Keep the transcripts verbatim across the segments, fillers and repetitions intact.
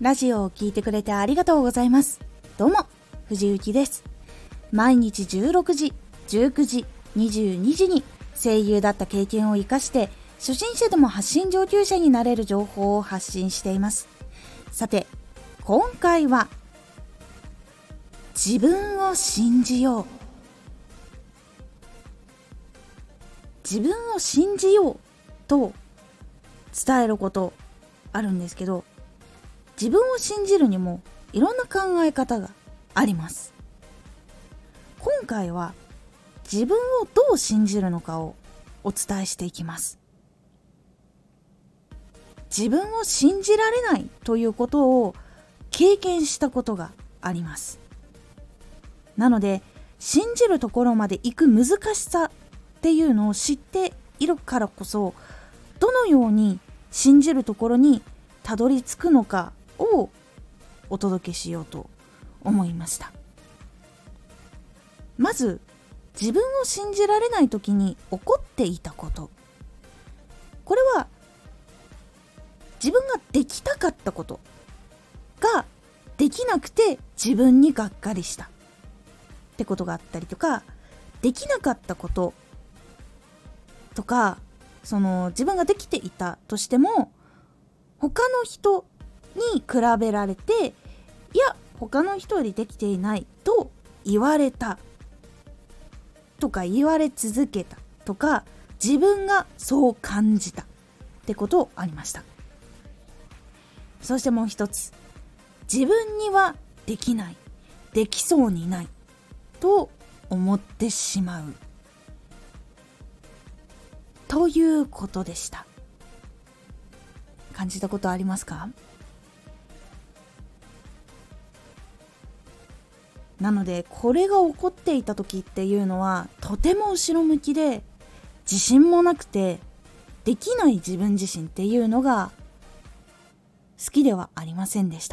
ラジオを聞いてくれてありがとうございます。どうも、藤幸です。毎日じゅうろくじ、じゅうくじ、にじゅうにじに声優だった経験を生かして初心者でも発信上級者になれる情報を発信しています。さて、今回は自分を信じよう。自分を信じようと伝えることあるんですけど、自分を信じるにもいろんな考え方があります。今回は自分をどう信じるのかをお伝えしていきます。自分を信じられないということを経験したことがあります。なので、信じるところまで行く難しさっていうのを知っているからこそ、どのように信じるところにたどり着くのかをお届けしようと思いました。まず、自分を信じられない時に起こっていたこと。これは自分ができたかったことができなくて自分にがっかりしたってことがあったりとか、できなかったこととか、その自分ができていたとしても他の人に比べられて、いや他の人よりできていないと言われたとか、言われ続けたとか、自分がそう感じたってことありました。そしてもう一つ、自分にはできない、できそうにないと思ってしまうということでした。感じたことありますか？なので、これが起こっていた時っていうのはとても後ろ向きで、自信もなくてできない自分自身っていうのが好きではありませんでした。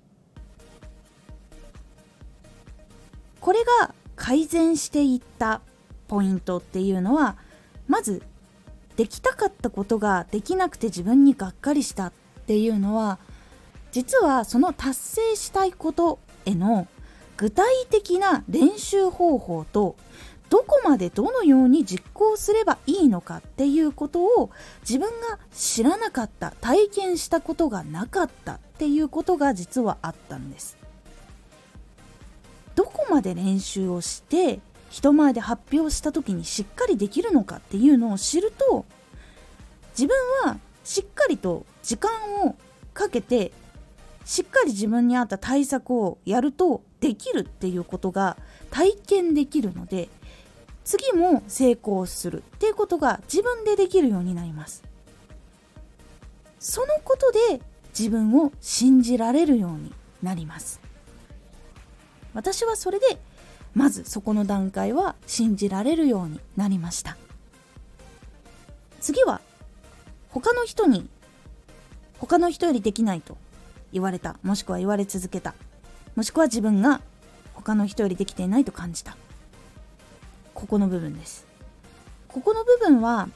これが改善していったポイントっていうのは、まずできたかったことができなくて自分にがっかりしたっていうのは、実はその達成したいことへの具体的な練習方法と、どこまでどのように実行すればいいのかっていうことを自分が知らなかった、体験したことがなかったっていうことが実はあったんです。どこまで練習をして人前で発表した時にしっかりできるのかっていうのを知ると、自分はしっかりと時間をかけてしっかり自分に合った対策をやるとできるっていうことが体験できるので、次も成功するっていうことが自分でできるようになります。そのことで自分を信じられるようになります。私はそれでまずそこの段階は信じられるようになりました。次は他の人に他の人よりできないと言われた、もしくは言われ続けた、もしくは自分が他の人よりできていないと感じた、ここの部分です。ここの部分は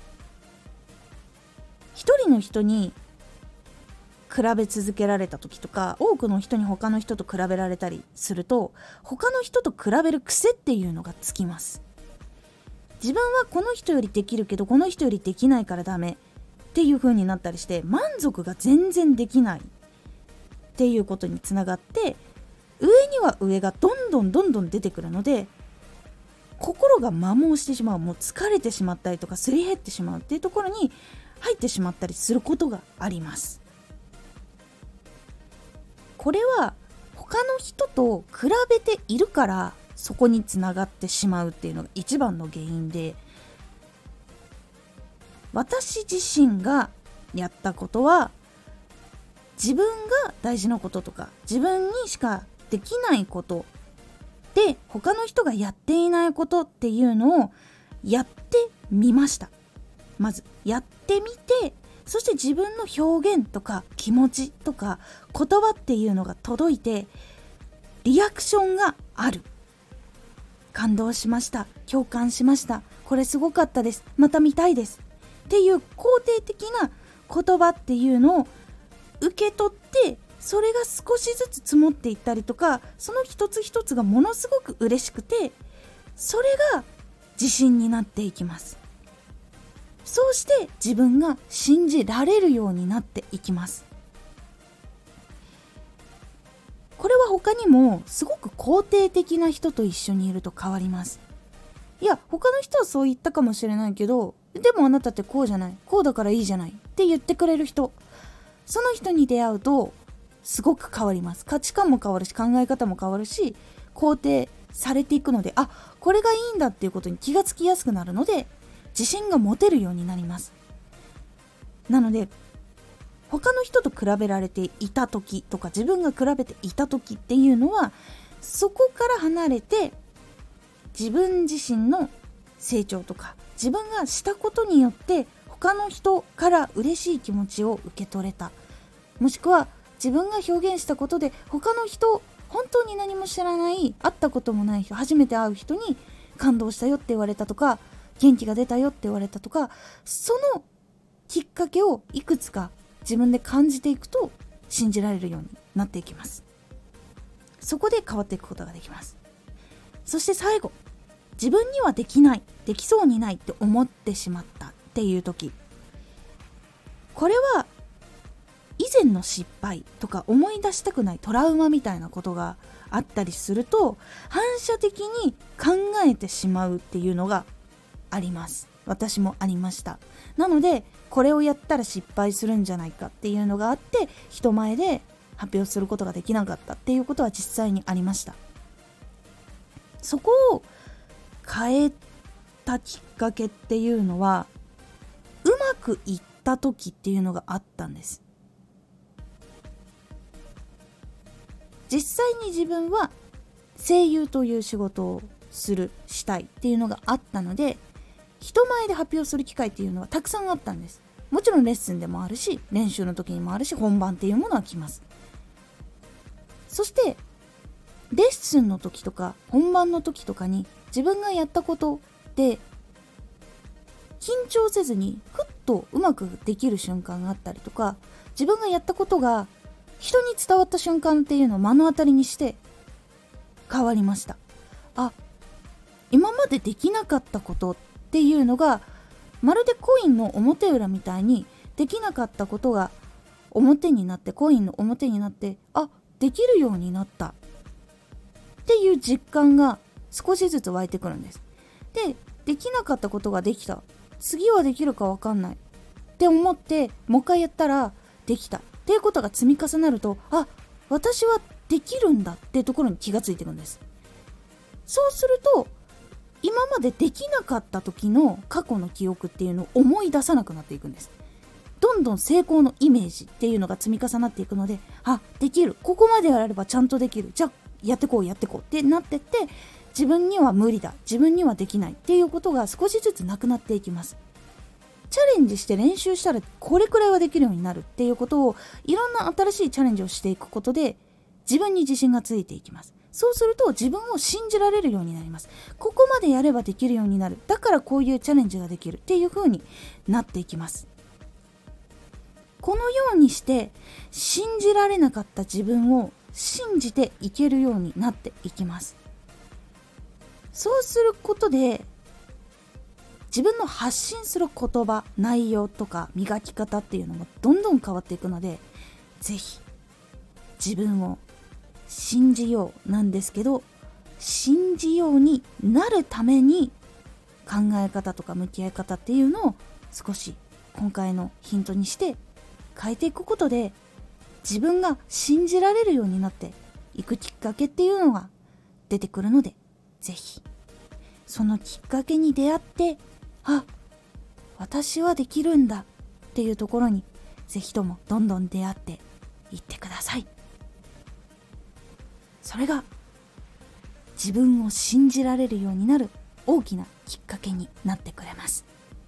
一人の人に比べ続けられた時とか、多くの人に他の人と比べられたりすると、他の人と比べる癖っていうのがつきます。自分はこの人よりできるけどこの人よりできないからダメっていう風になったりして、満足が全然できないっていうことにつながって、上には上がどんどんどんどん出てくるので、心が摩耗してしまう、もう疲れてしまったりとかすり減ってしまうっていうところに入ってしまったりすることがあります。これは他の人と比べているからそこにつながってしまうっていうのが一番の原因で、私自身がやったことは、自分が大事なこととか自分にしかできないことで、他の人がやっていないことっていうのをやってみました。まずやってみて、そして自分の表現とか気持ちとか言葉っていうのが届いて、リアクションがある。感動しました、共感しました、これすごかったです、また見たいですっていう肯定的な言葉っていうのを受け取って、 それが少しずつ積もっていったりとか、その一つ一つがものすごく嬉しくて、それが自信になっていきます。そうして自分が信じられるようになっていきます。これは他にもすごく肯定的な人と一緒にいると変わります。いや、他の人はそう言ったかもしれないけど、でもあなたってこうじゃない、こうだからいいじゃないって言ってくれる人、その人に出会うとすごく変わります。価値観も変わるし、考え方も変わるし、肯定されていくので、あ、これがいいんだっていうことに気がつきやすくなるので、自信が持てるようになります。なので他の人と比べられていた時とか、自分が比べていた時っていうのは、そこから離れて自分自身の成長とか、自分がしたことによって他の人から嬉しい気持ちを受け取れた、もしくは自分が表現したことで他の人、本当に何も知らない、会ったこともない人、初めて会う人に感動したよって言われたとか、元気が出たよって言われたとか、そのきっかけをいくつか自分で感じていくと信じられるようになっていきます。そこで変わっていくことができます。そして最後、自分にはできない、できそうにないって思ってしまったっていう時、これは以前の失敗とか思い出したくないトラウマみたいなことがあったりすると、反射的に考えてしまうっていうのがあります。私もありました。なのでこれをやったら失敗するんじゃないかっていうのがあって、人前で発表することができなかったっていうことは実際にありました。そこを変えたきっかけっていうのは、うまくいった時っていうのがあったんです。実際に自分は声優という仕事をするしたいっていうのがあったので、人前で発表する機会っていうのはたくさんあったんです。もちろんレッスンでもあるし、練習の時にもあるし、本番っていうものは来ます。そしてレッスンの時とか本番の時とかに自分がやったことで緊張せずにふっとうまくできる瞬間があったりとか、自分がやったことが人に伝わった瞬間っていうのを目の当たりにして変わりました。あ、今までできなかったことっていうのが、まるでコインの表裏みたいに、できなかったことが表になって、コインの表になって、あ、できるようになったっていう実感が少しずつ湧いてくるんです。で、できなかったことができた、次はできるか分かんないって思ってもう一回やったらできたっていうことが積み重なると、あ、私はできるんだっていうところに気がついていくんです。そうすると今までできなかった時の過去の記憶っていうのを思い出さなくなっていくんです。どんどん成功のイメージっていうのが積み重なっていくので、あ、できる、ここまでやればちゃんとできる、じゃあやってこうやってこうってなってって、自分には無理だ、自分にはできないっていうことが少しずつなくなっていきます。チャレンジして練習したらこれくらいはできるようになるっていうことを、いろんな新しいチャレンジをしていくことで自分に自信がついていきます。そうすると自分を信じられるようになります。ここまでやればできるようになる、だからこういうチャレンジができるっていう風になっていきます。このようにして信じられなかった自分を信じていけるようになっていきます。そうすることで自分の発信する言葉、内容とか磨き方っていうのもどんどん変わっていくので、ぜひ自分を信じようなんですけど、信じようになるために考え方とか向き合い方っていうのを少し今回のヒントにして変えていくことで、自分が信じられるようになっていくきっかけっていうのが出てくるので、ぜひそのきっかけに出会って、あ、私はできるんだっていうところにぜひともどんどん出会っていってください。それが自分を信じられるようになる大きなきっかけになってくれます。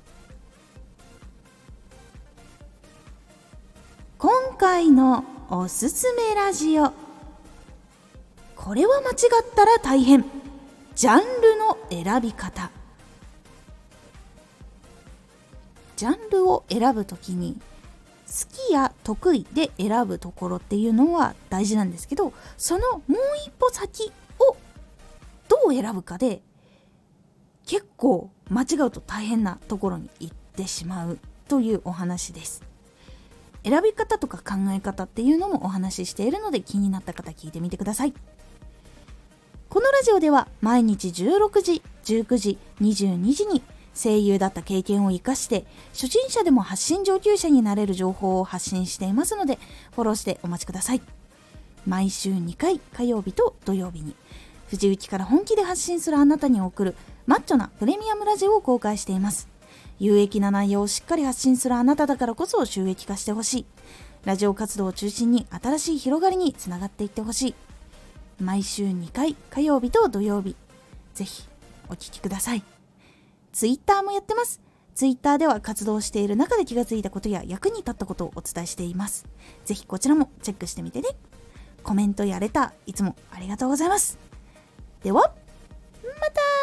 今回のおすすめラジオ、これは間違ったら大変、ジャンルの選び方。ジャンルを選ぶときにきや得意で選ぶところっていうのは大事なんですけど、そのもう一歩先をどう選ぶかで結構間違うと大変なところに行ってしまうというお話です。選び方とか考え方っていうのもお話ししているので、気になった方聞いてみてください。このラジオでは毎日じゅうろくじ、じゅうくじ、にじゅうにじに声優だった経験を生かして初心者でも発信上級者になれる情報を発信していますので、フォローしてお待ちください。毎週にかい、火曜日と土曜日に藤雪から本気で発信するあなたに送るマッチョなプレミアムラジオを公開しています。有益な内容をしっかり発信するあなただからこそ収益化してほしい。ラジオ活動を中心に新しい広がりにつながっていってほしい。毎週にかい、火曜日と土曜日、ぜひお聞きください。ツイッターもやってます。ツイッターでは活動している中で気がついたことや役に立ったことをお伝えしています。ぜひこちらもチェックしてみてね。コメントやレターいつもありがとうございます。ではまた。